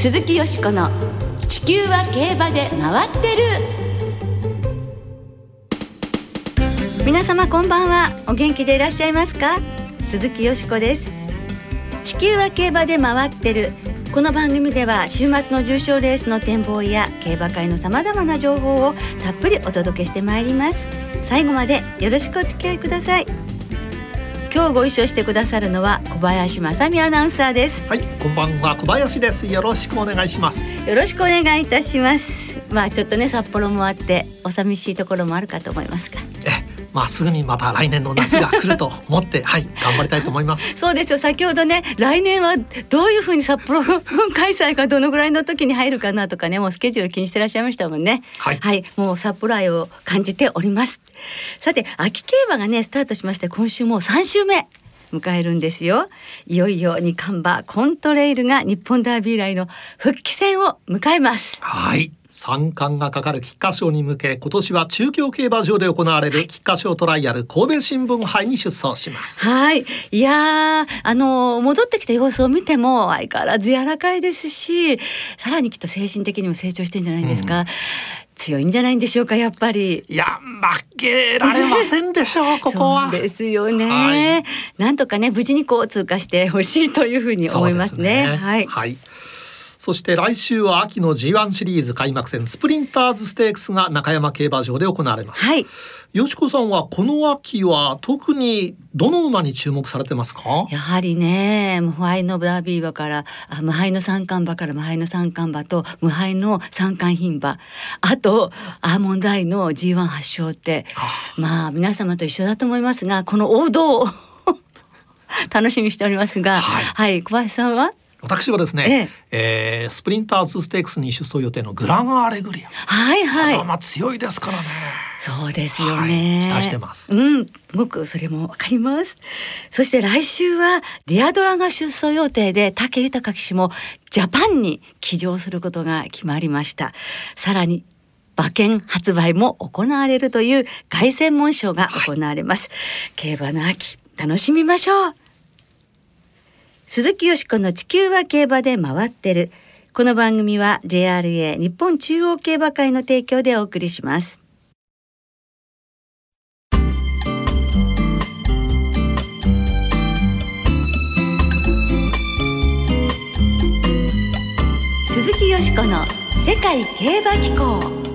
鈴木よしこの地球は競馬で回ってる。皆様こんばんは。お元気でいらっしゃいますか？鈴木よしこです。地球は競馬で回ってる。この番組では週末の重賞レースの展望や競馬界のさまざまな情報をたっぷりお届けしてまいります。最後までよろしくお付き合いください。今日ご一緒してくださるのは小林正美アナウンサーです。 はい、こんばんは、小林です。よろしくお願いします。 よろしくお願いいたします。ちょっとね、札幌もあってお寂しいところもあるかと思いますが、 すぐにまた来年の夏が来ると思ってはい、頑張りたいと思いますそうですよ。先ほどね、来年はどういうふうに札幌開催がどのぐらいの時に入るかなとかね、もうスケジュール気にしてらっしゃいましたもんね。 はい、 はい、もう札幌愛を感じております。さて、秋競馬がねスタートしまして、今週もう3週目迎えるんですよ。いよいよ二冠馬コントレイルが日本ダービー以来の復帰戦を迎えます。 はい、三冠がかかる菊花賞に向け、今年は中京競馬場で行われる菊花賞トライアル神戸新聞杯に出走します。 はい、いや戻ってきた様子を見ても相変わらず柔らかいですし、さらにきっと精神的にも成長してんじゃないですか。強いんじゃないんでしょうか。やっぱりいや、負けられませんでしょうここは。 そうですよね、 はい、 なんとかね無事にこう通過してほしいというふうに思いますね。はい、 そして来週は秋の G1 シリーズ開幕戦スプリンターズステークスが中山競馬場で行われます。 はい、 よしこさんはこの秋は特にどの馬に注目されてますか？ やはりね、無敗のダービー馬から無敗の三冠馬から無敗の三冠馬と無敗の三冠牝馬、あとアーモンドアイの G1 発勝って、皆様と一緒だと思いますが、この王道を楽しみにしておりますが、はい、小林さんは？ 私はですね、スプリンターズステークスに出走予定のグランアレグリア、 はいはい、 強いですからね。 そうですよね、 期待してます。 すごくそれもわかります。そして来週はディアドラが出走予定で、武豊騎手もジャパンに騎乗することが決まりました。さらに馬券発売も行われるという凱旋門賞が行われます。競馬の秋楽しみましょう。鈴木よしこの地球は競馬で回ってる。この番組は JRA 日本中央競馬会の提供でお送りします。鈴木よしこの世界競馬機構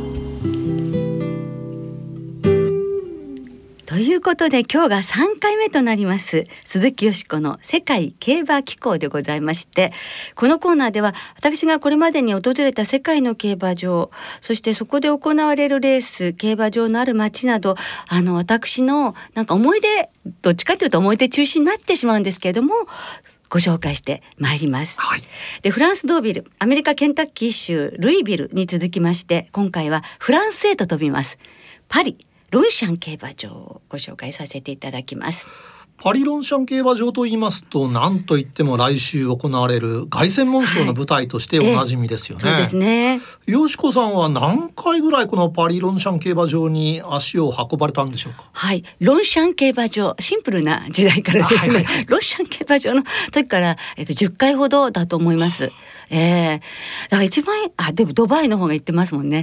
ということで、今日が3回目となります鈴木よしこの世界競馬機構でございまして、このコーナーでは私がこれまでに訪れた世界の競馬場、そしてそこで行われるレース、競馬場のある街など、私の思い出、どっちかというと思い出中心になってしまうんですけれども、ご紹介してまいります。で、フランスドービル、アメリカケンタッキー州ルイビルに続きまして、今回はフランスへと飛びます。パリロンシャン競馬場をご紹介させていただきます。 パリロンシャン競馬場と言いますと、何といっても来週行われる凱旋門賞の舞台としておなじみですよね。 そうですね。 よしこさんは何回ぐらいこのパリロンシャン競馬場に足を運ばれたんでしょうか？ はい、ロンシャン競馬場、シンプルな時代からですね、ロンシャン競馬場の時から、10回ほどだと思います。だから一番でもドバイの方が行ってますもんね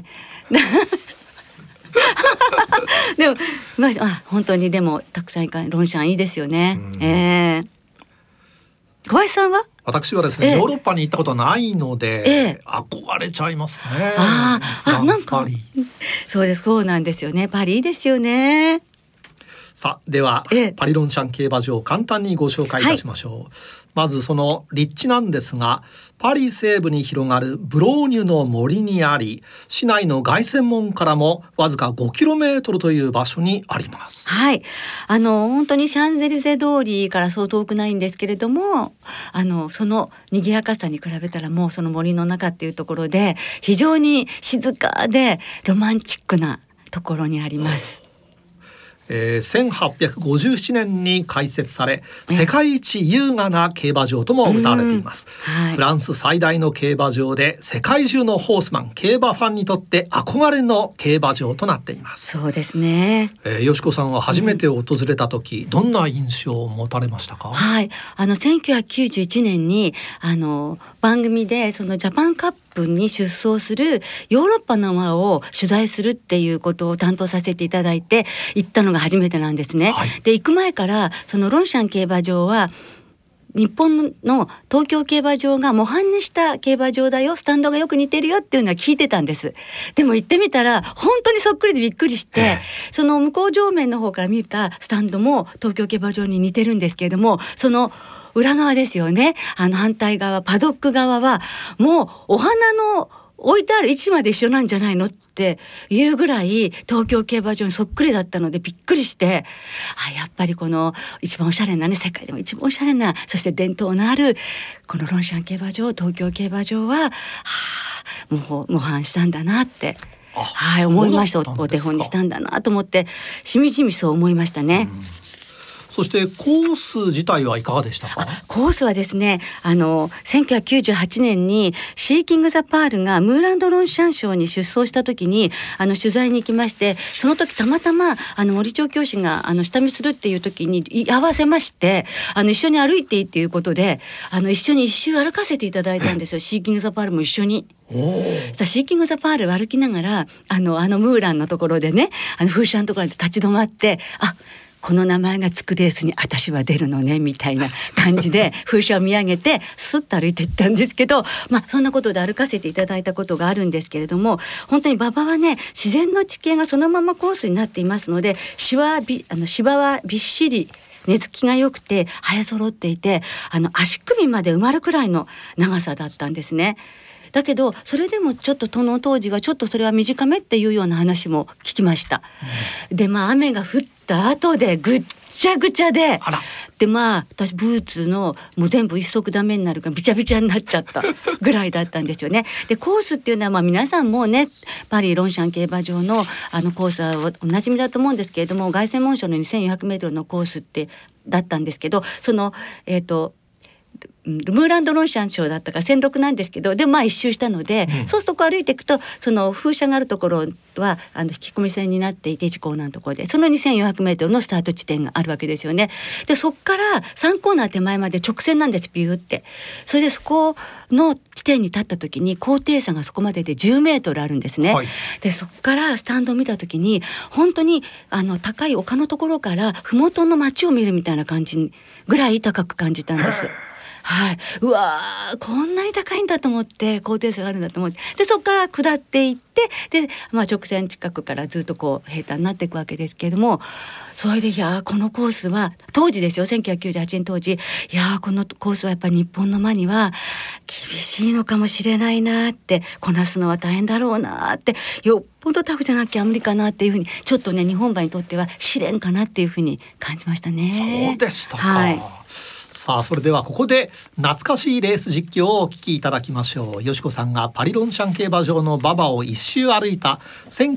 でも本当にでもたくさんロンシャンいいですよね。小林さんは？ 私はですね、ヨーロッパに行ったことないので、憧れちゃいますね。パリ。 そうなんですよね。パリいいですよね。 さあ、では、パリロンシャン競馬場を簡単にご紹介いたしましょう。まずその立地なんですが、パリ西部に広がるブローニュの森にあり、市内の凱旋門からもわずか 5km という場所にあります。 はい、本当にシャンゼリゼ通りからそう遠くないんですけれども、その賑やかさに比べたらもうその森の中っていうところで非常に静かでロマンチックなところにあります。 1857年に開設され、世界一優雅な競馬場とも謳われています、フランス最大の競馬場で、世界中のホースマン、競馬ファンにとって憧れの競馬場となっています。 そうですね。 よしこさんは初めて訪れた時、どんな印象を持たれましたか？ はい、1991年に番組でそのジャパンカップに出走するヨーロッパの馬を取材するっていうことを担当させていただいて行ったのが初めてなんですね、はい、で行く前からそのロンシャン競馬場は日本の東京競馬場が模範にした競馬場だよ、スタンドがよく似てるよっていうのは聞いてたんです。でも行ってみたら本当にそっくりでびっくりして、その向こう上面の方から見たスタンドも東京競馬場に似てるんですけれども、その裏側ですよね、反対側パドック側はもうお花の置いてある位置まで一緒なんじゃないのっていうぐらい東京競馬場にそっくりだったのでびっくりして、やっぱりこの一番おしゃれなね、世界でも一番おしゃれな、そして伝統のあるこのロンシャン競馬場、東京競馬場は、模範したんだなって思いました。お手本にしたんだなと思ってしみじみそう思いましたね。 そしてコース自体はいかがでしたか？ コースはですね、1998年にシーキング・ザ・パールがムーランド・ロンシャン賞に出走した時に取材に行きまして、その時たまたま森調教師が下見するっていう時に居合わせまして、一緒に歩いていいっていうことで一緒に一周歩かせていただいたんですよ。シーキング・ザ・パールも一緒に。シーキング・ザ・パールを歩きながらムーランのところでね、風車のところで立ち止まって、この名前がつくレースに私は出るのねみたいな感じで風車を見上げてスッと歩いていったんですけど、そんなことで歩かせていただいたことがあるんですけれども、本当に馬場はね、自然の地形がそのままコースになっていますので、芝はびっしり根付きが良くて生え揃っていて、足首まで埋まるくらいの長さだったんですね。だけどそれでもちょっとその当時はちょっとそれは短めっていうような話も聞きました、で雨が降った後でぐっちゃぐちゃで、で私ブーツのもう全部一足ダメになるからびちゃびちゃになっちゃったぐらいだったんですよね。でコースっていうのは皆さんもね、パリロンシャン競馬場のコースはおなじみだと思うんですけれども、凱旋門賞の 2400 メートルのコースってだったんですけど、そのムーランド・ロンシャン賞だったから1600なんですけど、でも一周したので、そうすると歩いていくとその風車があるところは引き込み線になっていて、1コーナーのところでその 2400 メートルのスタート地点があるわけですよね。でそっから3コーナー手前まで直線なんです、ビューって。それでそこの地点に立った時に高低差がそこまでで10メートルあるんですね、でそこからスタンドを見た時に本当に高い丘のところから麓の街を見るみたいな感じぐらい高く感じたんです。うわー、こんなに高いんだと思って、高低差があるんだと思って、でそこから下っていって、で、直線近くからずっとこう平坦になっていくわけですけれども、それでこのコースは当時ですよ、1998年当時、このコースはやっぱり日本の馬には厳しいのかもしれないなって、こなすのは大変だろうなって、よっぽどタフじゃなきゃ無理かなっていうふうに、ちょっとね日本馬にとっては試練かなっていうふうに感じましたね。 そうでしたか。さあそれではここで懐かしいレース実況をお聞きいただきましょう。よしこさんがパリロンシャン競馬場の馬場を一周歩いた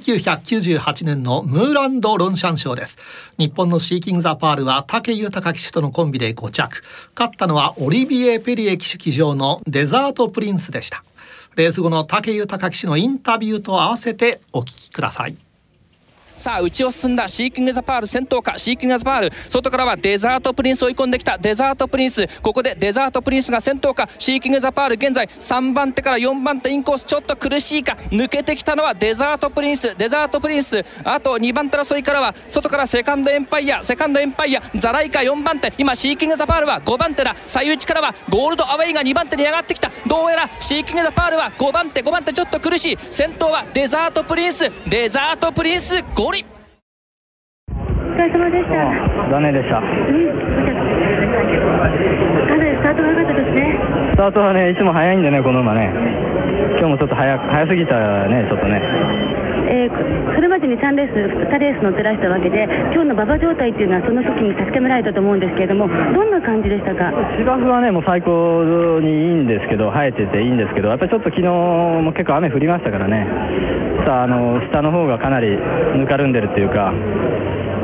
1998年のムーランド・ロンシャン賞です。日本のシーキング・ザ・パールは武豊騎手とのコンビで5着、勝ったのはオリビエ・ペリエ騎手騎乗のデザートプリンスでした。レース後の武豊騎手のインタビューと合わせてお聞きください。 さあ内を進んだシーキング・ザ・パール先頭か。シーキング・ザ・パール外からはデザートプリンス追い込んできた。デザートプリンス、ここでデザートプリンスが先頭か。シーキング・ザ・パール現在3番手から4番手インコースちょっと苦しいか。抜けてきたのはデザートプリンス。デザートプリンス、あと2番手争いからは外からセカンドエンパイア、ザライカ4番手、今シーキング・ザ・パールは5番手だ。最内からはゴールドアウェイが2番手に上がってきた。どうやらシーキング・ザ・パールは5番手ちょっと苦しい。先頭はデザートプリンスゴリ。 お疲れ様でした。 残念でした。 かなりスタートが良かったですね。 スタートはね、いつも早いんでね、この馬ね。今日もちょっと早すぎたね、ちょっとね。 それまでに2レース乗ってらしたわけで、今日の馬場状態っていうのはその時に確かめられたと思うんですけれども、どんな感じでしたか？ 芝生はね、もう最高にいいんですけど、生えてていいんですけど、やっぱりちょっと昨日も結構雨降りましたからね。さあ、下の方がかなりぬかるんでるっていうか、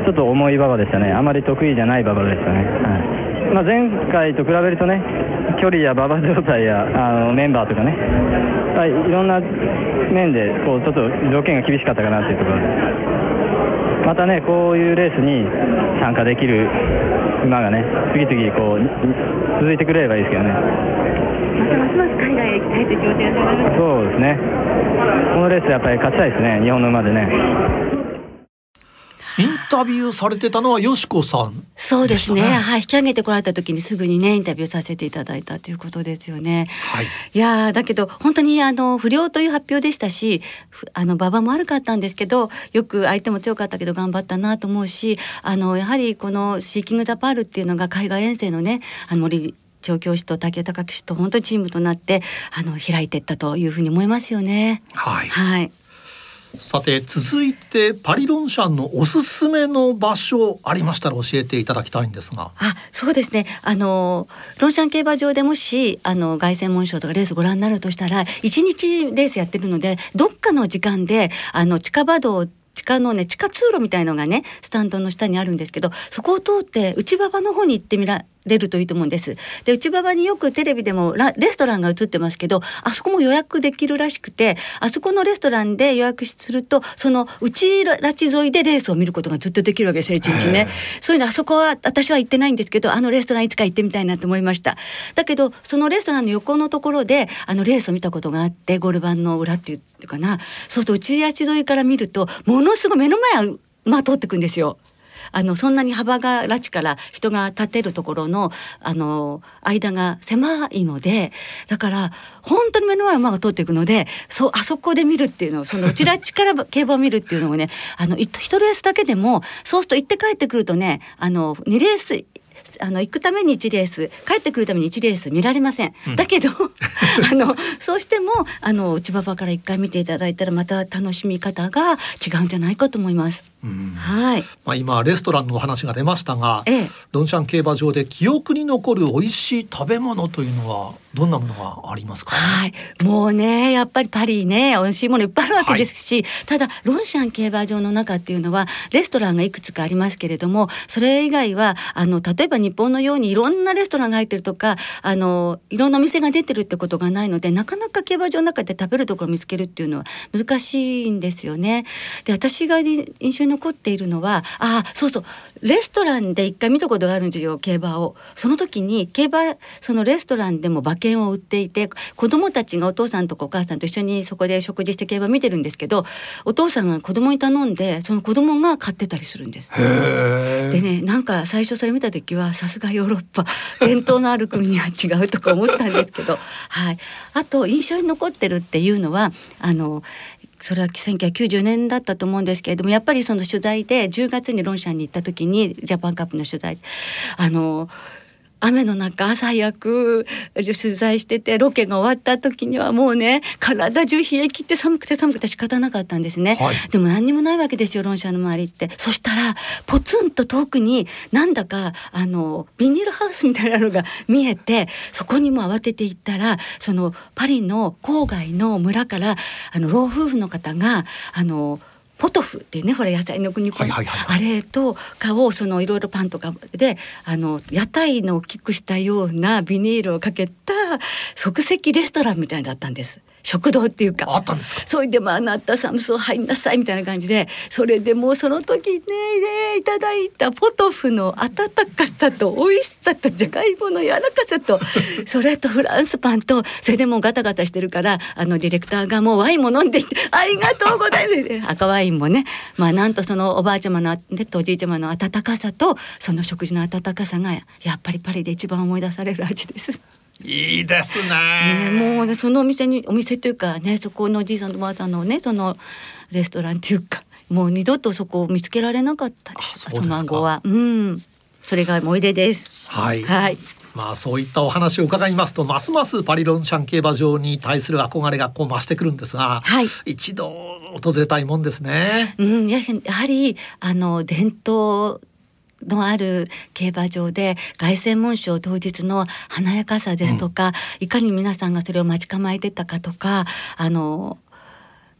ちょっと重い馬場でしたね。あまり得意じゃない馬場でしたね。はい。前回と比べるとね、距離や馬場状態やメンバーとかね、いろんな面でちょっと条件が厳しかったかなというところで、またねこういうレースに参加できる馬がね次々続いてくれればいいですけどね。 ますます海外へ行きたいという気持ちが強まります。 そうですね。このレースやっぱり勝ちたいですね、日本の馬でね。 インタビューされてたのはよしこさんでしたね。 そうですね、はい、引き上げてこられた時にすぐにねインタビューさせていただいたということですよね。 はい、 いやだけど本当に不良という発表でしたし、馬場も悪かったんですけど、よく相手も強かったけど頑張ったなと思うし、やはりこのシーキングザパールっていうのが海外遠征のね森調教師と武尊騎手と本当にチームとなって開いていったというふうに思いますよね。 はい、 はい。 さて続いてパリロンシャンのおすすめの場所ありましたら教えていただきたいんですが。 そうですね、ロンシャン競馬場でもし凱旋門賞とかレースご覧になるとしたら1日レースやってるので、どっかの時間で地下通路みたいのがねスタンドの下にあるんですけど、そこを通って内馬場の方に行ってみられるといいと思うんです。で内馬場によくテレビでもレストランが映ってますけど、あそこも予約できるらしくて、あそこのレストランで予約するとその内拉致沿いでレースを見ることがずっとできるわけですよ、一日ね。そういうのあそこは私は行ってないんですけど、レストランいつか行ってみたいなと思いました。だけどそのレストランの横のところでレースを見たことがあって、ゴール板の裏っていうかな、そうすると内拉致沿いから見るとものすごい目の前は馬通ってくんですよ。そんなに幅が拉致から人が立てるところの間が狭いので、だから本当に目の前を馬が通っていくので、あそこで見るっていうのを、その内拉致から競馬を見るっていうのをね1レースだけでも、そうすると行って帰ってくるとね2レース行くために1レース、帰ってくるために1レース見られません。だけどそうしても内馬場から1回見ていただいたらまた楽しみ方が違うんじゃないかと思います。はい。 今レストランのお話が出ましたが、ロンシャン競馬場で記憶に残る美味しい食べ物というのはどんなものがありますかね。 はい、もうねやっぱりパリね美味しいものいっぱいあるわけですし、ただロンシャン競馬場の中っていうのはレストランがいくつかありますけれども、それ以外は例えば日本のようにいろんなレストランが入ってるとかいろんなお店が出てるってことがないので、なかなか競馬場の中で食べるところを見つけるっていうのは難しいんですよね。で私が印象に残っているのはレストランで一回見たことがあるんですよ、競馬を。その時にそのレストランでも馬券を売っていて、子供たちがお父さんとかお母さんと一緒にそこで食事して競馬見てるんですけど、お父さんが子供に頼んでその子供が買ってたりするんです。でね、なんか最初それ見た時はさすがヨーロッパ伝統のある国には違うとか思ったんですけどはい、あと印象に残ってるっていうのはそれは1990年だったと思うんですけれども、やっぱりその取材で10月にロンシャンに行った時にジャパンカップの取材雨の中朝早く取材してて、ロケが終わった時にはもうね体中冷え切って寒くて仕方なかったんですね。でも何にもないわけですよ、ロンシャンの周りって。そしたらポツンと遠くになんだかビニールハウスみたいなのが見えて、そこにも慌てて行ったらそのパリの郊外の村から老夫婦の方がポトフっていうね、ほら野菜の国、あれとかをいろいろパンとかで屋台の大きくしたようなビニールをかけた即席レストランみたいだったんです。食堂っていうかあったんですか。 それであなた寒そう入んなさいみたいな感じで、それでもうその時ねいただいたポトフの温かさと美味しさとじゃがいもの柔らかさとそれとフランスパンと、それでもうガタガタしてるからディレクターがもうワインも飲んでいてありがとうございます赤ワインもね、なんとそのおばあちゃまのおじいちゃまの温かさとその食事の温かさがやっぱりパリで一番思い出される味です。 いいですね。 もうねそのお店というかね、そこのおじいさんとおばあさんのねそのレストランっていうか、もう二度とそこを見つけられなかったです。その後はそれが思い出です。はい、 そういったお話を伺いますと、ますますパリロンシャン競馬場に対する憧れが増してくるんですが、一度訪れたいもんですね。 やはり伝統のある競馬場で凱旋門賞当日の華やかさですとか、いかに皆さんがそれを待ち構えてたかとか、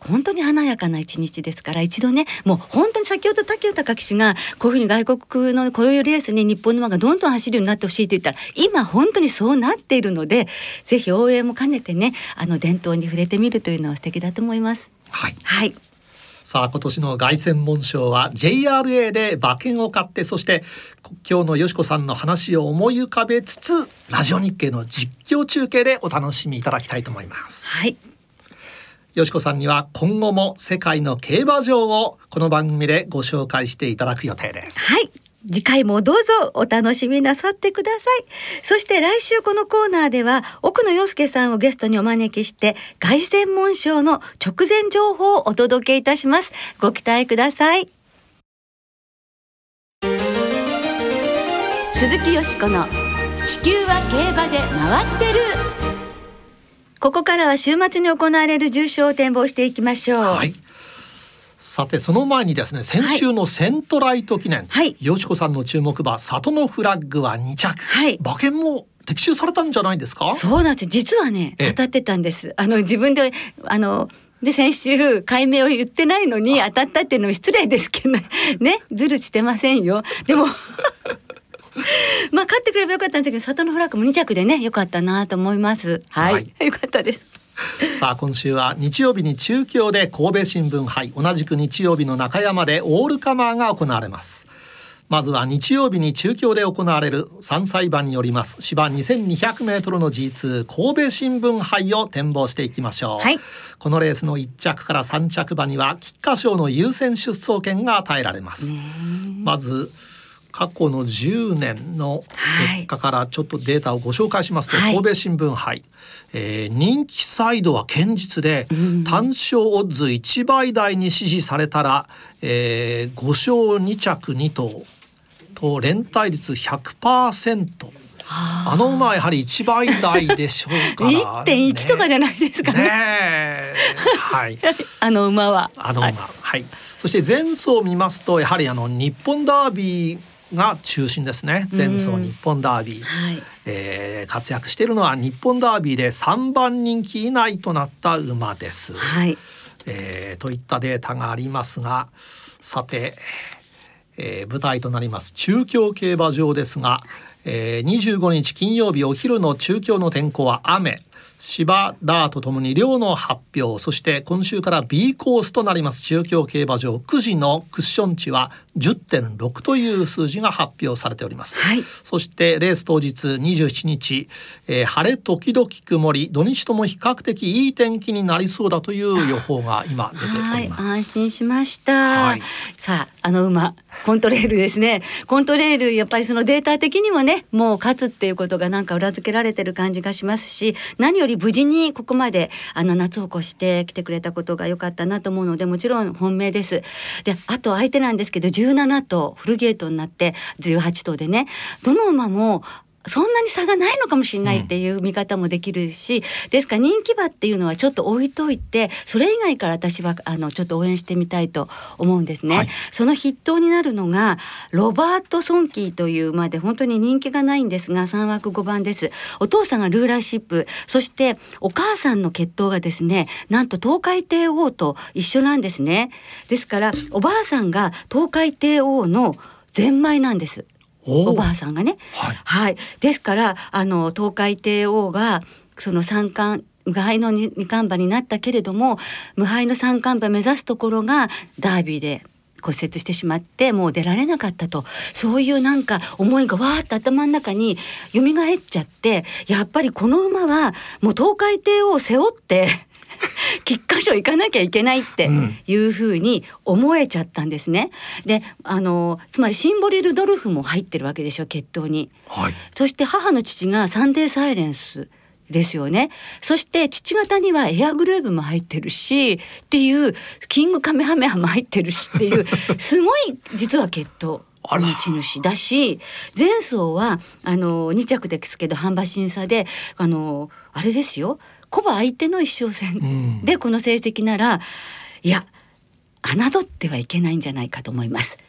本当に華やかな一日ですから、一度ね、もう本当に先ほど武豊騎手がこういうふうに外国のこういうレースに日本の馬がどんどん走るようになってほしいと言ったら、今本当にそうなっているので、ぜひ応援も兼ねてね、伝統に触れてみるというのは素敵だと思います。 はい、 はい。 さあ今年の凱旋門賞は JRA で馬券を買って、そして今日のよしこさんの話を思い浮かべつつ、ラジオ日経の実況中継でお楽しみいただきたいと思います。 はい。 よしこさんには今後も世界の競馬場をこの番組でご紹介していただく予定です。 はい、次回もどうぞお楽しみなさってください。そして来週このコーナーでは奥野陽介さんをゲストにお招きして、凱旋門賞の直前情報をお届けいたします。ご期待ください。鈴木よしこの地球は競馬で回ってる。ここからは週末に行われる重賞を展望していきましょう。 はい、さてその前にですね、先週のセントライト記念、 はい、 よしこさんの注目馬里のフラッグは2着、 はい、 馬券も的中されたんじゃないですか？ そうなんです。実はね、当たってたんです。自分でで先週解明を言ってないのに当たったっていうのも失礼ですけどね、ズルしてませんよ。でもまあ勝ってくればよかったんですけど、里のフラッグも2着でね、よかったなと思います。はい、はい、よかったです。 さあ今週は日曜日に中京で神戸新聞杯、同じく日曜日の中山でオールカマーが行われます。まずは日曜日に中京で行われる3歳馬によります芝 2200m の G2 神戸新聞杯を展望していきましょう。 はい、このレースの1着から3着馬には菊花賞の優先出走権が与えられます。まず過去の10年の結果からちょっとデータをご紹介しますと、神戸新聞杯、人気サイドは堅実で、単勝オッズ1倍台に支持されたら、5勝2着2頭と連帯率 100%。あの馬はやはり1倍台でしょうから、ね、 1.1 とかじゃないですか ね。 はい、 あの馬ははい、そして前走を見ますと、やはり日本ダービーが中心ですね。前走日本ダービー、はい、活躍しているのは日本ダービーで3番人気以内となった馬です、はい、といったデータがありますが、さて、舞台となります中京競馬場ですが、25日金曜日お昼の中京の天候は雨、芝ダートともに量の発表、そして今週から B コースとなります中京競馬場、9時のクッション値は 10.6 という数字が発表されております、はい、そしてレース当日27日、晴れ時々曇り、土日とも比較的いい天気になりそうだという予報が今出ております。 はい、安心しました、はい、さあ馬コントレールですね。コントレールやっぱりそのデータ的にもね、もう勝つっていうことがなんか裏付けられてる感じがしますし、何より無事にここまで夏を越して来てくれたことが良かったなと思うので、もちろん本命です。で、あと相手なんですけど17頭フルゲートになって18頭でね、どの馬もそんなに差がないのかもしれないっていう見方もできるし、ですから人気馬っていうのはちょっと置いといて、それ以外から私はちょっと応援してみたいと思うんですね、はい、その筆頭になるのがロバート・ソンキーという馬で、本当に人気がないんですが3枠5番です。お父さんがルーラーシップ、そしてお母さんの血統がですね、なんと東海帝王と一緒なんですね。ですからおばあさんが東海帝王のゼンマイなんです。おばあさんがね、はいはい、ですから東海帝王がその三冠無敗の二冠馬になったけれども、無敗の三冠馬目指すところがダービーで骨折してしまってもう出られなかったと、そういうなんか思いがわーっと頭の中に蘇っちゃって、やっぱりこの馬はもう東海帝王を背負って菊花賞行かなきゃいけないっていうふうに思えちゃったんですね。でつまりシンボリルドルフも入ってるわけでしょ、血統に、はい、そして母の父がサンデーサイレンスですよね。そして父方にはエアグルーヴも入ってるしっていう、キングカメハメハも入ってるしっていうすごい実は血統持ち主だし、前走は2着ですけど半馬審査であれですよ、コバ相手の一勝戦でこの成績なら、いや侮ってはいけないんじゃないかと思います。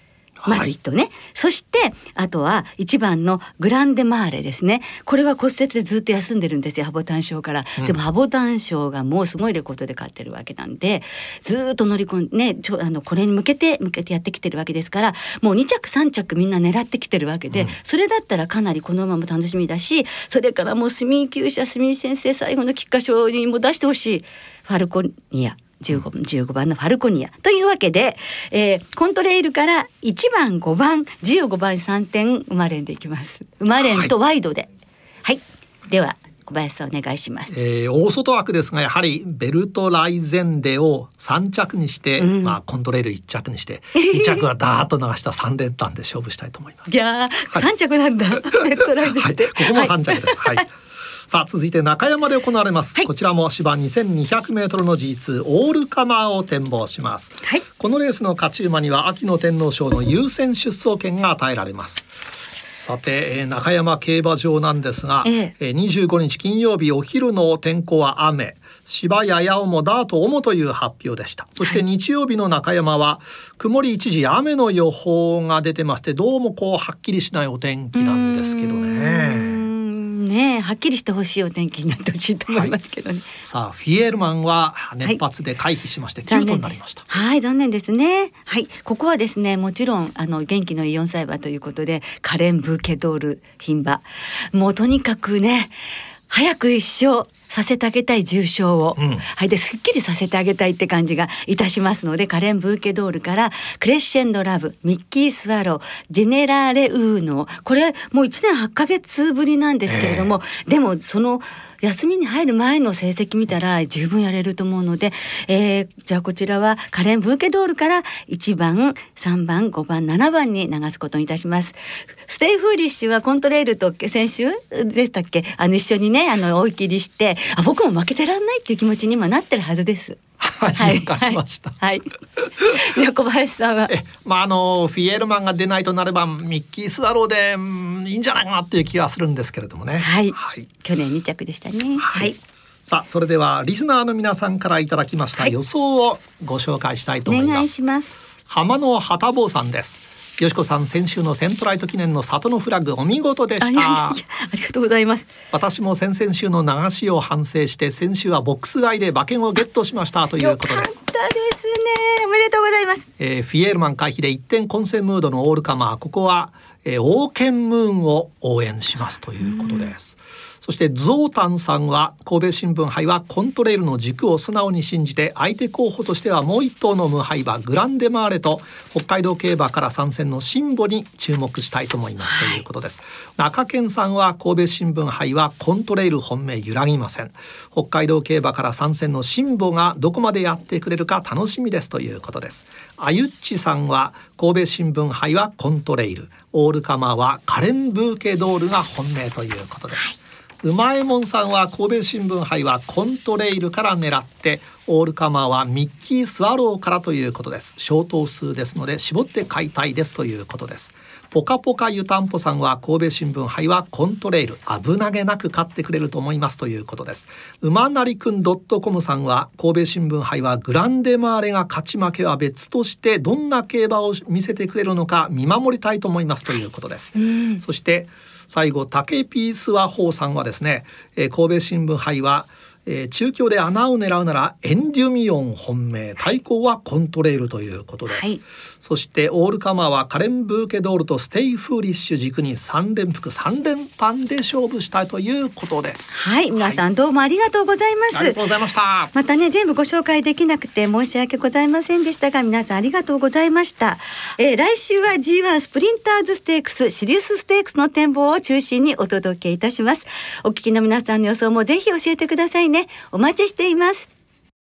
まず1頭ね、そしてあとは1番のグランデマーレですね。これは骨折でずっと休んでるんですよ、ハボタン賞から。でもハボタン賞がもうすごいレコードで勝ってるわけなんで、ずっと乗り込んでね、これに向けてやってきてるわけですから、もう2着3着みんな狙ってきてるわけで、それだったらかなりこの馬も楽しみだし、それからもう住井厩舎、住井先生最後の菊花賞にも出してほしいファルコニア15番のファルコニアというわけで、コントレイルから1番5番15番3点馬連でいきます。馬連とワイドで、はい、では小林さんお願いします。 大外枠ですが、やはりベルトライゼンデを3着にして、コントレイル1着にして2着はダーッと流した3連単で勝負したいと思います。 いやー、3着なんだベルトライゼンデ、 ここも3着です。はいさあ続いて中山で行われます、こちらも芝 2200m の G2 オールカマーを展望します、このレースの勝ち馬には秋の天皇賞の優先出走権が与えられます。さて、中山競馬場なんですが、25日金曜日お昼の天候は雨、芝ややおもダートおもという発表でした。そして日曜日の中山は曇り一時雨の予報が出てまして、どうもはっきりしないお天気なんですけどね。 はっきりしてほしいお天気になってほしいと思いますけどね、 さあフィエールマンは熱発で回避しまして9頭になりました。 残念ですね。ここはですね、もちろん元気のいい4歳馬ということでカレン・ブーケドール牝馬、もうとにかくね早く一勝させてあげたい重賞を、ですっきりさせてあげたいって感じがいたしますので、カレン・ブーケドールからクレッシェンドラブ、ミッキー・スワロー、ジェネラレ・ウーノ、これもう1年8ヶ月ぶりなんですけれども、でもその休みに入る前の成績見たら十分やれると思うので、じゃあこちらはカレン・ブーケドールから1番3番5番7番に流すことにいたします。ステイフーリッシュはコントレイルと先週でしたっけ、一緒にね追い切りして、僕も負けてらんないっていう気持ちに今なってるはずです。 わかりました。 じゃあ小林さんはフィエールマンが出ないとなればミッキースワローでいいんじゃないかなっていう気はするんですけれどもね。 去年2着でしたね。 さあそれではリスナーの皆さんからいただきました予想をご紹介したいと思います。 お願いします。 浜野旗坊さんです。よしこさん、先週のセントライト記念の里のフラッグお見事でした。 ありがとうございます。 私も先々週の流しを反省して、先週はボックス買いで馬券をゲットしましたということです。 よかったですね。おめでとうございます。 フィエールマン回避で一点混戦ムードのオールカマー、ここは、オーケンムーンを応援しますということです。そしてゾータンさんは、神戸新聞杯はコントレイルの軸を素直に信じて、相手候補としてはもう一頭の無敗馬グランデマーレと北海道競馬から参戦のシンボに注目したいと思いますということです。中堅さんは、神戸新聞杯はコントレイル本命揺らぎません。北海道競馬から参戦のシンボがどこまでやってくれるか楽しみですということです。あゆっちさんは、神戸新聞杯はコントレイル、オールカマーはカレン・ブーケドールが本命ということです。うまえもんさんは、神戸新聞杯はコントレイルから狙って、オールカマーはミッキースワローからということです。小頭数ですので絞って買いたいですということです。ポカポカ湯たんぽさんは、神戸新聞杯はコントレイル、危なげなく勝ってくれると思いますということです。馬なりくん .com さんは、神戸新聞杯はグランデマーレが勝ち負けは別として、どんな競馬を見せてくれるのか見守りたいと思いますということです。そして最後、タケピースワホーさんはですね、神戸新聞杯は中京で穴を狙うならエンデュミオン本命、対抗はコントレイルということです。そしてオールカマーはカレン・ブーケドールとステイフーリッシュ軸に3連複3連単で勝負したいということです。 皆さんどうもありがとうございます。 ありがとうございました。 またね、全部ご紹介できなくて申し訳ございませんでしたが、皆さんありがとうございました。来週は G1 スプリンターズステークス、シリウスステークスの展望を中心にお届けいたします。お聞きの皆さんの予想もぜひ教えてくださいね。お待ちしています。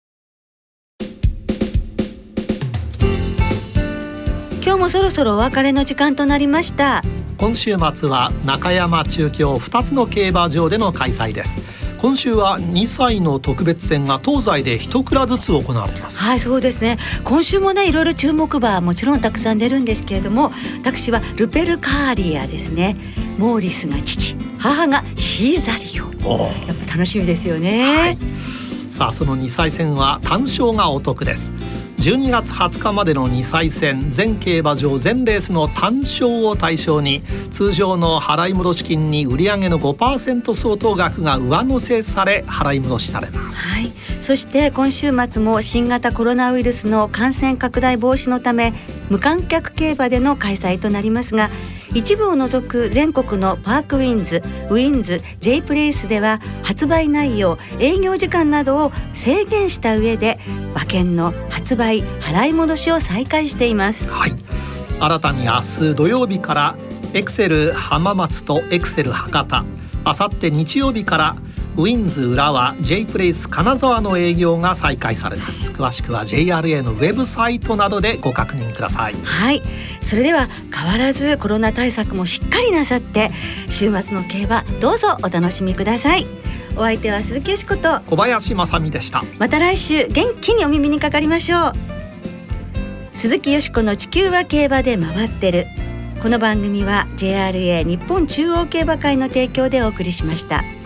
今日もそろそろお別れの時間となりました。 今週末は中山、中京2つの競馬場での開催です。今週は2歳の特別戦が東西で1クラずつ行われています。 そうですね。今週もね、いろいろ注目馬もちろんたくさん出るんですけれども、私はルペルカーリアですね。モーリスが父、母がシーザリオ、やっぱ楽しみですよね。 さあその2歳戦は単勝がお得です。 12月20日までの2歳戦全競馬場全レースの単勝を対象に通常の払い戻し金に売上の 5% 相当額が上乗せされ払い戻しされます。 はい、そして今週末も新型コロナウイルスの感染拡大防止のため無観客競馬での開催となりますが、一部を除く全国のパークウィンズ、ウィンズ、J プレイスでは発売内容、営業時間などを制限した上で馬券の発売、払い戻しを再開しています。 はい、新たに明日土曜日からエクセル浜松とエクセル博多、あさって日曜日からウィンズ浦和 J プレイス金沢の営業が再開されます。詳しくは JRA のウェブサイトなどでご確認ください。 はい、それでは変わらずコロナ対策もしっかりなさって週末の競馬どうぞお楽しみください。お相手は鈴木よしこと小林正美でした。 また来週元気にお耳にかかりましょう。鈴木よしこの地球は競馬で回ってる。この番組は JRA 日本中央競馬会の提供でお送りしました。